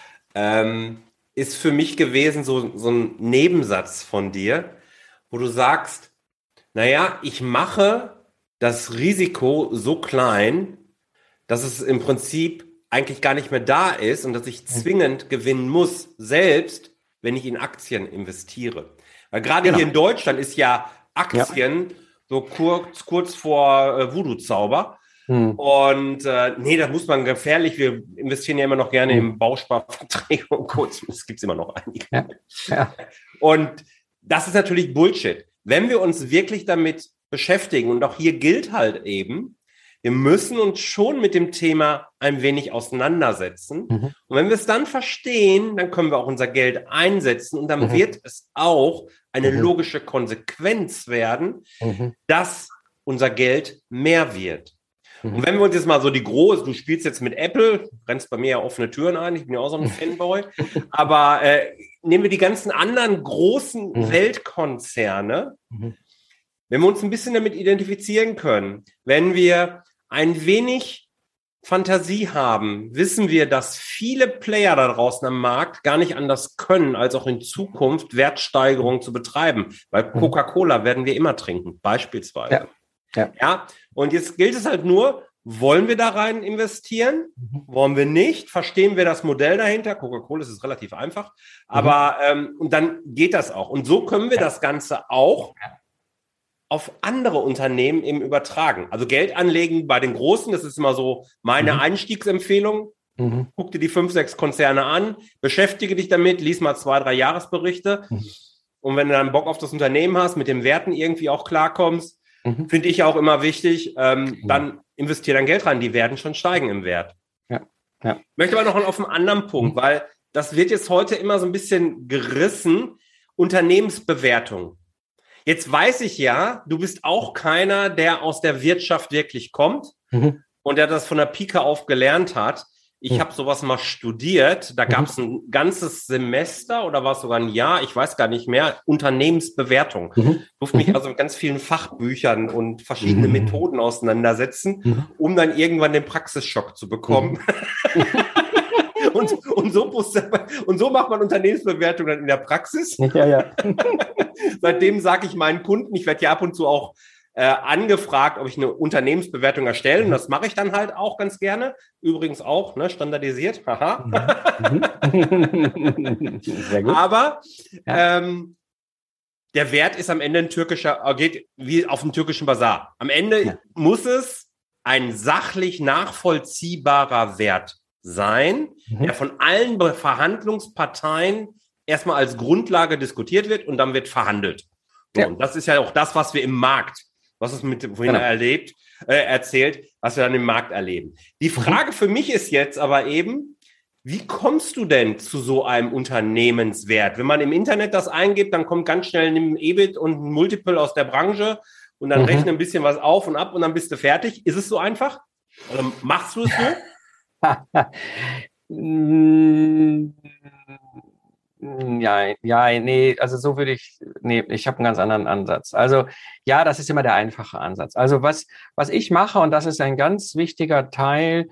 ist für mich gewesen so ein Nebensatz von dir, wo du sagst, naja, ich mache das Risiko so klein, dass es im Prinzip eigentlich gar nicht mehr da ist und dass ich zwingend gewinnen muss, selbst wenn ich in Aktien investiere. Weil gerade hier in Deutschland ist ja Aktien so kurz vor Voodoo-Zauber. Und nee, das muss man gefährlich. Wir investieren ja immer noch gerne in Bausparverträge und kurz. Es gibt immer noch einige. Ja. Und das ist natürlich Bullshit. Wenn wir uns wirklich damit beschäftigen, und auch hier gilt halt eben, wir müssen uns schon mit dem Thema ein wenig auseinandersetzen. Und wenn wir es dann verstehen, dann können wir auch unser Geld einsetzen und dann wird es auch eine logische Konsequenz werden, dass unser Geld mehr wird. Und wenn wir uns jetzt mal so du spielst jetzt mit Apple, rennst bei mir ja offene Türen ein, ich bin ja auch so ein Fanboy, aber nehmen wir die ganzen anderen großen Weltkonzerne, wenn wir uns ein bisschen damit identifizieren können, wenn wir ein wenig Fantasie haben, wissen wir, dass viele Player da draußen am Markt gar nicht anders können, als auch in Zukunft Wertsteigerung zu betreiben. Weil Coca-Cola werden wir immer trinken, beispielsweise. Ja. Und jetzt gilt es halt nur, wollen wir da rein investieren? Wollen wir nicht? Verstehen wir das Modell dahinter? Coca-Cola ist relativ einfach. Aber und dann geht das auch. Und so können wir das Ganze auch auf andere Unternehmen eben übertragen. Also Geld anlegen bei den Großen, das ist immer so meine Einstiegsempfehlung. Guck dir die 5, 6 Konzerne an, beschäftige dich damit, lies mal 2, 3 Jahresberichte. Und wenn du dann Bock auf das Unternehmen hast, mit den Werten irgendwie auch klarkommst, finde ich auch immer wichtig, dann investiere dein Geld rein, die werden schon steigen im Wert. Ja. Ja. Ich möchte aber noch auf einen anderen Punkt, weil das wird jetzt heute immer so ein bisschen gerissen, Unternehmensbewertung. Jetzt weiß ich ja, du bist auch keiner, der aus der Wirtschaft wirklich kommt und der das von der Pike auf gelernt hat. Ich habe sowas mal studiert, da gab es ein ganzes Semester oder war es sogar ein Jahr, ich weiß gar nicht mehr, Unternehmensbewertung. Ich durfte mich also mit ganz vielen Fachbüchern und verschiedene Methoden auseinandersetzen, um dann irgendwann den Praxisschock zu bekommen. Und so macht man Unternehmensbewertung dann in der Praxis. Ja. Seitdem sage ich meinen Kunden, ich werde ja ab und zu auch angefragt, ob ich eine Unternehmensbewertung erstelle. Und das mache ich dann halt auch ganz gerne. Übrigens auch, ne, standardisiert. Haha. Sehr gut. Aber der Wert ist am Ende ein türkischer, geht wie auf dem türkischen Basar. Am Ende muss es ein sachlich nachvollziehbarer Wert sein, der von allen Verhandlungsparteien erstmal als Grundlage diskutiert wird und dann wird verhandelt. So, und das ist ja auch das, was wir im Markt, was es mit vorhin erzählt, was wir dann im Markt erleben. Die Frage für mich ist jetzt aber eben, wie kommst du denn zu so einem Unternehmenswert? Wenn man im Internet das eingibt, dann kommt ganz schnell ein EBIT und ein Multiple aus der Branche und dann rechne ein bisschen was auf und ab und dann bist du fertig. Ist es so einfach? Oder machst du es so? Nee, also so würde ich habe einen ganz anderen Ansatz. Also ja, das ist immer der einfache Ansatz. Also was ich mache, und das ist ein ganz wichtiger Teil,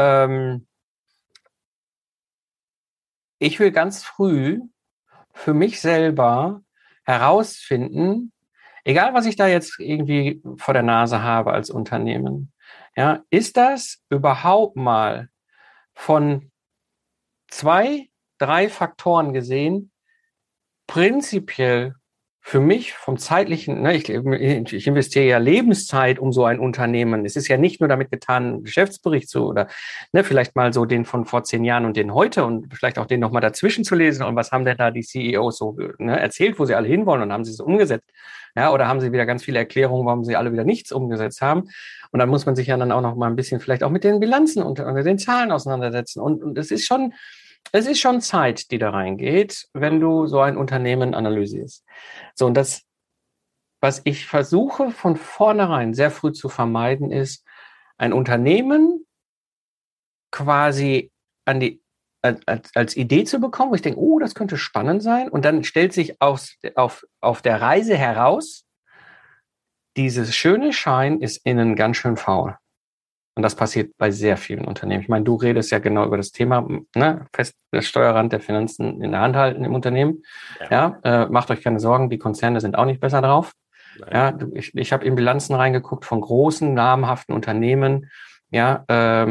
ich will ganz früh für mich selber herausfinden, egal was ich da jetzt irgendwie vor der Nase habe als Unternehmen, ja, ist das überhaupt mal von 2, 3 Faktoren gesehen, prinzipiell für mich vom zeitlichen, ne, ich investiere ja Lebenszeit um so ein Unternehmen. Es ist ja nicht nur damit getan, einen Geschäftsbericht zu oder ne, vielleicht mal so den von vor 10 Jahren und den heute und vielleicht auch den nochmal dazwischen zu lesen und was haben denn da die CEOs so erzählt, wo sie alle hinwollen und haben sie es umgesetzt. Ja, oder haben sie wieder ganz viele Erklärungen, warum sie alle wieder nichts umgesetzt haben. Und dann muss man sich ja dann auch noch mal ein bisschen vielleicht auch mit den Bilanzen und den Zahlen auseinandersetzen. Und es ist schon Zeit, die da reingeht, wenn du so ein Unternehmen analysierst. So, und das, was ich versuche von vornherein sehr früh zu vermeiden, ist, ein Unternehmen quasi als Idee zu bekommen, wo ich denke, das könnte spannend sein. Und dann stellt sich auf der Reise heraus, dieses schöne Schein ist innen ganz schön faul. Und das passiert bei sehr vielen Unternehmen. Ich meine, du redest ja genau über das Thema, ne? Fest das Steuerrand der Finanzen in der Hand halten im Unternehmen. Ja, macht euch keine Sorgen, die Konzerne sind auch nicht besser drauf. Nein. Ja, ich habe in Bilanzen reingeguckt von großen, namhaften Unternehmen. Ja,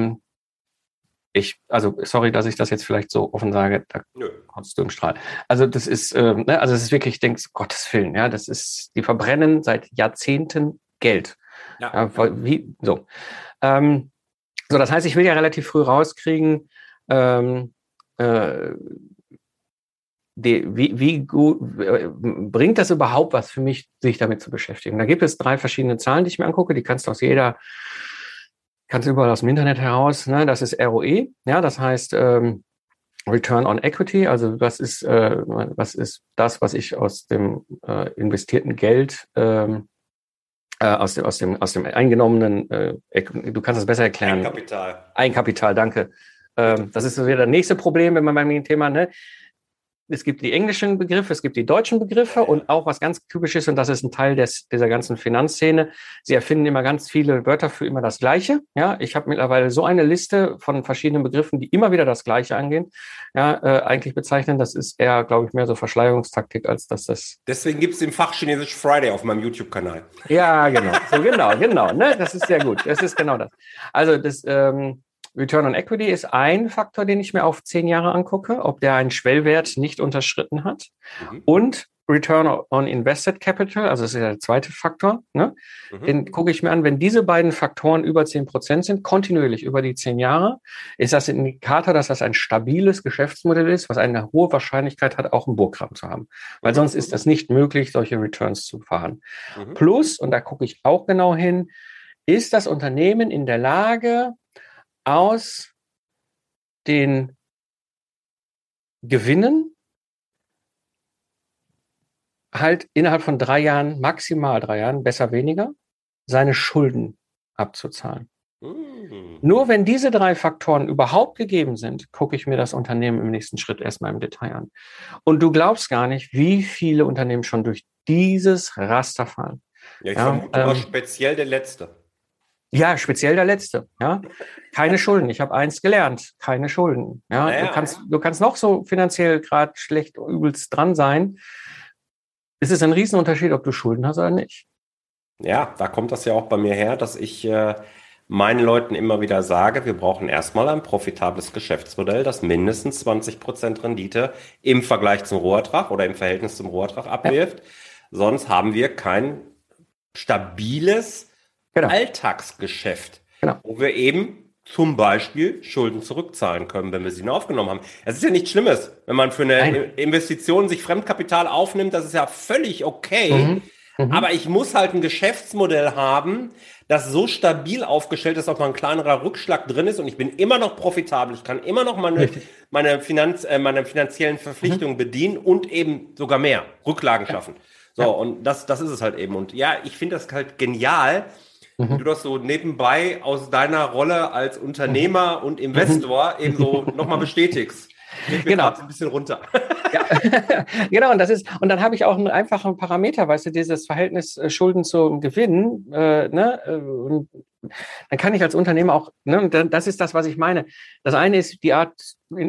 sorry, dass ich das jetzt vielleicht so offen sage, da kommst du im Strahl. Also das ist, also es ist wirklich, ich denke, Gottes Willen, ja, die verbrennen seit Jahrzehnten Geld. Ja. So, das heißt, ich will ja relativ früh rauskriegen, wie gut bringt das überhaupt was für mich, sich damit zu beschäftigen? Da gibt es 3 verschiedene Zahlen, die ich mir angucke, die kannst du überall aus dem Internet heraus, ne? Das ist ROE, ja, das heißt Return on Equity, also was ist das, was ich aus dem investierten Geld aus dem eingenommenen, du kannst es besser erklären. Eigenkapital, danke. Das ist wieder das nächste Problem, wenn man beim Thema, ne? Es gibt die englischen Begriffe, es gibt die deutschen Begriffe und auch was ganz typisch ist, und das ist ein Teil dieser ganzen Finanzszene, sie erfinden immer ganz viele Wörter für immer das Gleiche. Ja, ich habe mittlerweile so eine Liste von verschiedenen Begriffen, die immer wieder das Gleiche angehen. Ja, eigentlich bezeichnen, das ist eher, glaube ich, mehr so Verschleierungstaktik, als dass das... Deswegen gibt es den Fachchinesisch Friday auf meinem YouTube-Kanal. Ja, genau. So, genau. Ne? Das ist sehr gut. Das ist genau das. Also das... Return on Equity ist ein Faktor, den ich mir auf 10 Jahre angucke, ob der einen Schwellwert nicht unterschritten hat. Und Return on Invested Capital, also das ist ja der zweite Faktor, ne? Den gucke ich mir an. Wenn diese beiden Faktoren über 10% sind, kontinuierlich über die 10 Jahre, ist das ein Indikator, dass das ein stabiles Geschäftsmodell ist, was eine hohe Wahrscheinlichkeit hat, auch einen Burggraben zu haben. Weil sonst ist es nicht möglich, solche Returns zu fahren. Plus, und da gucke ich auch genau hin, ist das Unternehmen in der Lage, aus den Gewinnen halt innerhalb von 3 Jahren, maximal 3 Jahren, besser weniger, seine Schulden abzuzahlen. Nur wenn diese 3 Faktoren überhaupt gegeben sind, gucke ich mir das Unternehmen im nächsten Schritt erstmal im Detail an. Und du glaubst gar nicht, wie viele Unternehmen schon durch dieses Raster fallen. Ja, ich vermute mal speziell der Letzte. Ja, speziell der Letzte. Ja, keine Schulden. Ich habe eins gelernt: keine Schulden. Ja, du kannst noch so finanziell gerade schlecht übelst dran sein. Es ist ein Riesenunterschied, ob du Schulden hast oder nicht. Ja, da kommt das ja auch bei mir her, dass ich meinen Leuten immer wieder sage, wir brauchen erstmal ein profitables Geschäftsmodell, das mindestens 20% Rendite im Vergleich zum Rohertrag oder im Verhältnis zum Rohertrag abwirft. Ja. Sonst haben wir kein stabiles Alltagsgeschäft, wo wir eben zum Beispiel Schulden zurückzahlen können, wenn wir sie nur aufgenommen haben. Es ist ja nichts Schlimmes, wenn man für eine Investition sich Fremdkapital aufnimmt, das ist ja völlig okay. Aber ich muss halt ein Geschäftsmodell haben, das so stabil aufgestellt ist, dass auch mal ein kleinerer Rückschlag drin ist und ich bin immer noch profitabel. Ich kann immer noch meine finanziellen Verpflichtungen bedienen und eben sogar mehr Rücklagen schaffen. So, und das ist es halt eben. Und ja, ich finde das halt genial, wie du das so nebenbei aus deiner Rolle als Unternehmer und Investor eben so nochmal bestätigst. Ich bin ein bisschen runter. Ja. Genau, und dann habe ich auch einen einfachen Parameter, weißt du, dieses Verhältnis Schulden zum Gewinn, und dann kann ich als Unternehmer auch, das ist das, was ich meine. Das eine ist die Art,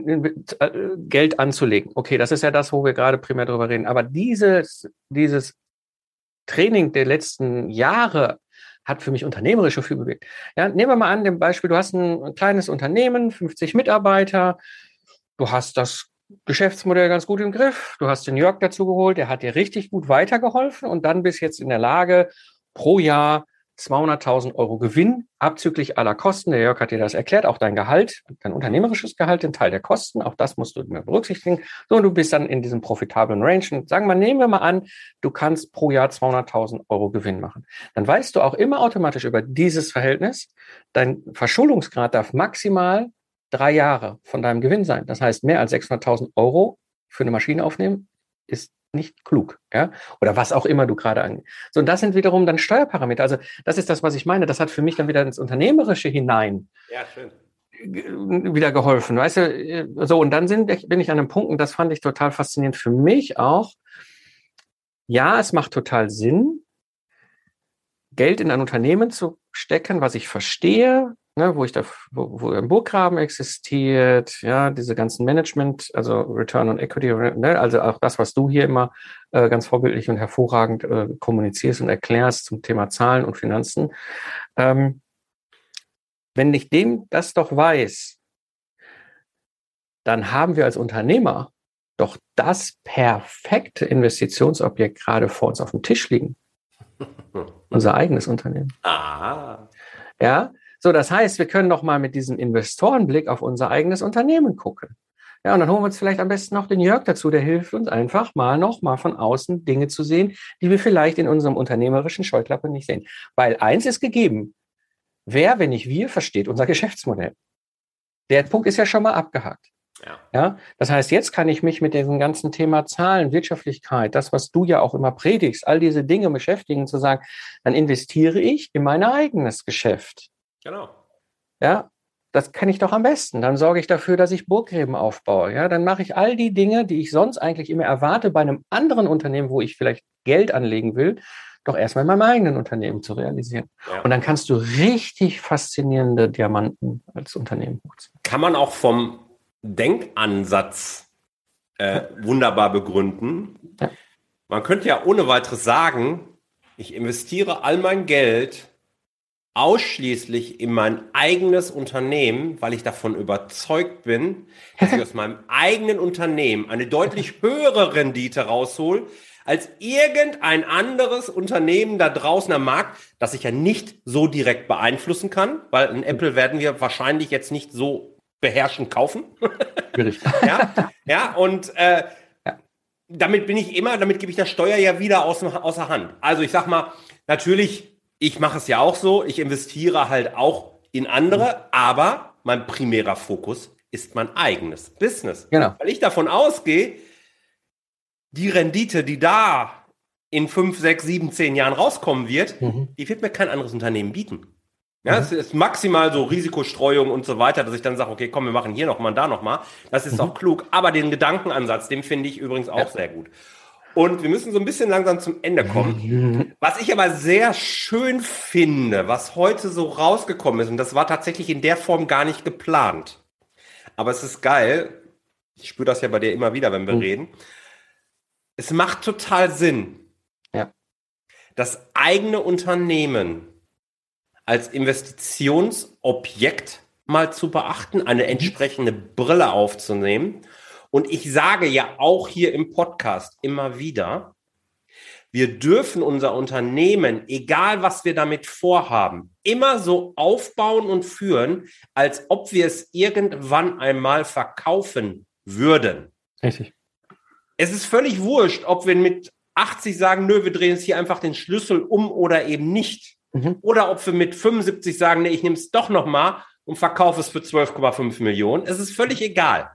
Geld anzulegen. Okay, das ist ja das, wo wir gerade primär drüber reden. Aber dieses Training der letzten Jahre hat für mich unternehmerische viel bewegt. Ja, nehmen wir mal an, dem Beispiel, du hast ein kleines Unternehmen, 50 Mitarbeiter, du hast das Geschäftsmodell ganz gut im Griff, du hast den Jörg dazu geholt, der hat dir richtig gut weitergeholfen und dann bist jetzt in der Lage, pro Jahr 200.000 Euro Gewinn, abzüglich aller Kosten. Der Jörg hat dir das erklärt, auch dein Gehalt, dein unternehmerisches Gehalt, den Teil der Kosten, auch das musst du immer berücksichtigen. So, und du bist dann in diesem profitablen Range. Und nehmen wir mal an, du kannst pro Jahr 200.000 Euro Gewinn machen. Dann weißt du auch immer automatisch über dieses Verhältnis, dein Verschuldungsgrad darf maximal 3 Jahre von deinem Gewinn sein. Das heißt, mehr als 600.000 Euro für eine Maschine aufnehmen, ist nicht klug, ja, oder was auch immer du gerade angehst. So, und das sind wiederum dann Steuerparameter. Also das ist das, was ich meine. Das hat für mich dann wieder ins Unternehmerische hinein wieder geholfen, weißt du. So, und dann bin ich an einem Punkt, und das fand ich total faszinierend für mich auch. Ja, es macht total Sinn, Geld in ein Unternehmen zu stecken, was ich verstehe, wo ein Burggraben existiert, ja, diese ganzen Management, also Return on Equity, also auch das, was du hier immer ganz vorbildlich und hervorragend kommunizierst und erklärst zum Thema Zahlen und Finanzen. Wenn ich das doch weiß, dann haben wir als Unternehmer doch das perfekte Investitionsobjekt gerade vor uns auf dem Tisch liegen. Unser eigenes Unternehmen. Ja, so, das heißt, wir können doch mal mit diesem Investorenblick auf unser eigenes Unternehmen gucken. Ja, und dann holen wir uns vielleicht am besten noch den Jörg dazu, der hilft uns einfach noch mal von außen Dinge zu sehen, die wir vielleicht in unserem unternehmerischen Scheuklappe nicht sehen. Weil eins ist gegeben: Wer, wenn nicht wir, versteht unser Geschäftsmodell? Der Punkt ist ja schon mal abgehakt. Ja, das heißt, jetzt kann ich mich mit diesem ganzen Thema Zahlen, Wirtschaftlichkeit, das, was du ja auch immer predigst, all diese Dinge beschäftigen, zu sagen, dann investiere ich in mein eigenes Geschäft. Genau. Ja, das kann ich doch am besten. Dann sorge ich dafür, dass ich Burggräben aufbaue. Ja, dann mache ich all die Dinge, die ich sonst eigentlich immer erwarte bei einem anderen Unternehmen, wo ich vielleicht Geld anlegen will, doch erstmal in meinem eigenen Unternehmen zu realisieren. Ja. Und dann kannst du richtig faszinierende Diamanten als Unternehmen nutzen. Kann man auch vom Denkansatz wunderbar begründen. Ja. Man könnte ja ohne weiteres sagen, ich investiere all mein Geld ausschließlich in mein eigenes Unternehmen, weil ich davon überzeugt bin, dass ich aus meinem eigenen Unternehmen eine deutlich höhere Rendite raushole, als irgendein anderes Unternehmen da draußen am Markt, das ich ja nicht so direkt beeinflussen kann, weil ein Apple werden wir wahrscheinlich jetzt nicht so beherrschend kaufen. Ja, und damit gebe ich der Steuer ja wieder außer Hand. Also ich sag mal, natürlich ich mache es ja auch so, ich investiere halt auch in andere, aber mein primärer Fokus ist mein eigenes Business. Genau. Weil ich davon ausgehe, die Rendite, die da in 5, 6, 7, 10 Jahren rauskommen wird, die wird mir kein anderes Unternehmen bieten. Ja, es ist maximal so Risikostreuung und so weiter, dass ich dann sage, okay, komm, wir machen hier nochmal, da nochmal. Das ist auch klug. Aber den Gedankenansatz, den finde ich übrigens auch sehr gut. Und wir müssen so ein bisschen langsam zum Ende kommen. Was ich aber sehr schön finde, was heute so rausgekommen ist, und das war tatsächlich in der Form gar nicht geplant. Aber es ist geil. Ich spüre das ja bei dir immer wieder, wenn wir reden. Es macht total Sinn, das eigene Unternehmen als Investitionsobjekt mal zu beachten, eine entsprechende Brille aufzunehmen. Und ich sage ja auch hier im Podcast immer wieder, wir dürfen unser Unternehmen, egal was wir damit vorhaben, immer so aufbauen und führen, als ob wir es irgendwann einmal verkaufen würden. Richtig. Es ist völlig wurscht, ob wir mit 80 sagen, nö, wir drehen jetzt hier einfach den Schlüssel um oder eben nicht. Oder ob wir mit 75 sagen, nee, ich nehme es doch nochmal und verkaufe es für 12,5 Millionen. Es ist völlig egal.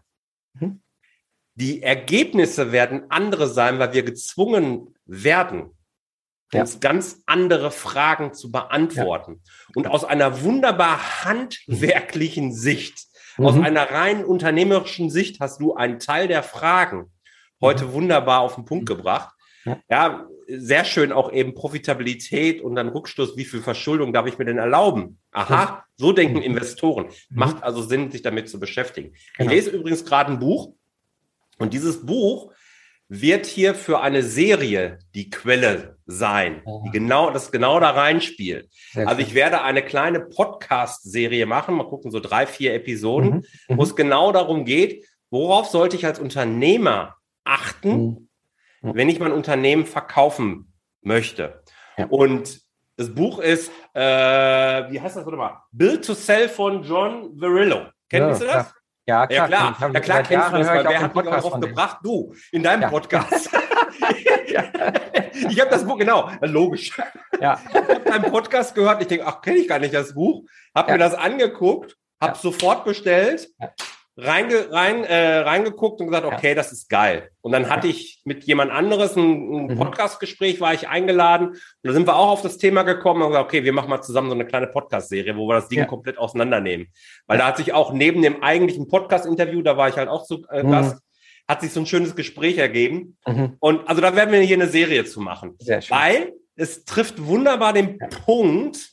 Die Ergebnisse werden andere sein, weil wir gezwungen werden, uns ganz andere Fragen zu beantworten. Und aus einer wunderbar handwerklichen Sicht, aus einer rein unternehmerischen Sicht hast du einen Teil der Fragen heute wunderbar auf den Punkt gebracht. Ja, sehr schön auch eben Profitabilität und dann Rückstoß, wie viel Verschuldung darf ich mir denn erlauben? Aha, so denken Investoren. Macht also Sinn, sich damit zu beschäftigen. Ich lese übrigens gerade ein Buch und dieses Buch wird hier für eine Serie die Quelle sein, die genau da reinspielt. Also ich werde eine kleine Podcast-Serie machen, mal gucken, so 3, 4 Episoden, wo es genau darum geht, worauf sollte ich als Unternehmer achten, wenn ich mein Unternehmen verkaufen möchte. Und das Buch ist, wie heißt das? Warte mal, Build to Sell von John Verillo. Kennst du das? Ja, klar. Ja, klar. Ja, klar kennst du das, weil wer hat mich auch drauf gebracht? Du, in deinem Podcast. Ich habe das Buch, genau, logisch. Ja. Ich habe deinen Podcast gehört, ich denke, ach, kenne ich gar nicht das Buch. Habe mir das angeguckt, habe sofort bestellt, reingeguckt und gesagt, okay, das ist geil. Und dann hatte ich mit jemand anderes ein Podcast-Gespräch, war ich eingeladen und da sind wir auch auf das Thema gekommen und gesagt, okay, wir machen mal zusammen so eine kleine Podcast-Serie, wo wir das Ding komplett auseinandernehmen. Weil da hat sich auch neben dem eigentlichen Podcast-Interview, da war ich halt auch zu Gast, hat sich so ein schönes Gespräch ergeben. Und also da werden wir hier eine Serie zu machen. Sehr schön. Weil es trifft wunderbar den Punkt,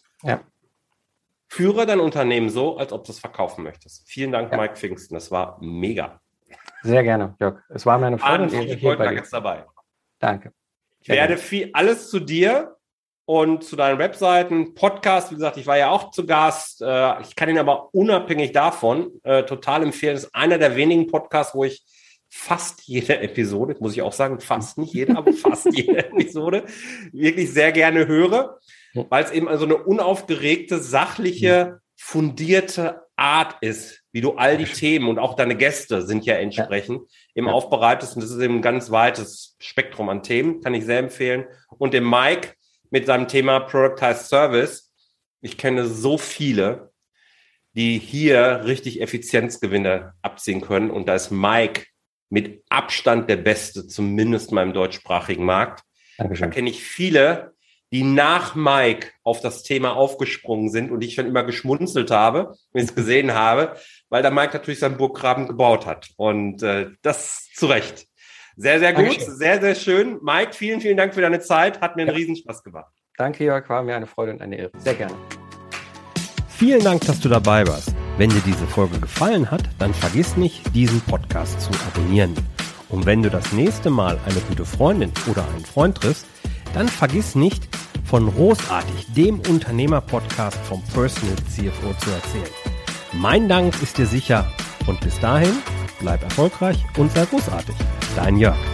führe dein Unternehmen so, als ob du es verkaufen möchtest. Vielen Dank, Mike Pfingsten. Das war mega. Sehr gerne, Jörg. Es war mir eine Freude. Ich war jetzt dabei. Danke. Ich werde alles zu dir und zu deinen Webseiten, Podcast, wie gesagt, ich war ja auch zu Gast. Ich kann ihn aber unabhängig davon total empfehlen. Das ist einer der wenigen Podcasts, wo ich fast jede Episode, muss ich auch sagen, fast nicht jede, aber fast jede Episode wirklich sehr gerne höre, weil es eben also eine unaufgeregte, sachliche, fundierte Art ist, wie du all die Themen und auch deine Gäste sind ja entsprechend eben aufbereitest. Und das ist eben ein ganz weites Spektrum an Themen, kann ich sehr empfehlen. Und dem Mike mit seinem Thema Productized Service. Ich kenne so viele, die hier richtig Effizienzgewinne abziehen können. Und da ist Mike mit Abstand der Beste, zumindest mal im deutschsprachigen Markt. Dankeschön. Da kenne ich viele, die nach Mike auf das Thema aufgesprungen sind und ich schon immer geschmunzelt habe, wenn ich es gesehen habe, weil der Mike natürlich seinen Burggraben gebaut hat. Und das zu Recht. Sehr, sehr gut, Dankeschön. Sehr, sehr schön. Mike, vielen, vielen Dank für deine Zeit. Hat mir einen Riesenspaß gemacht. Danke, Jörg, war mir eine Freude und eine Ehre. Sehr gerne. Vielen Dank, dass du dabei warst. Wenn dir diese Folge gefallen hat, dann vergiss nicht, diesen Podcast zu abonnieren. Und wenn du das nächste Mal eine gute Freundin oder einen Freund triffst, dann vergiss nicht, von Großartig, dem Unternehmer-Podcast vom Personal CFO zu erzählen. Mein Dank ist dir sicher und bis dahin, bleib erfolgreich und sei großartig. Dein Jörg.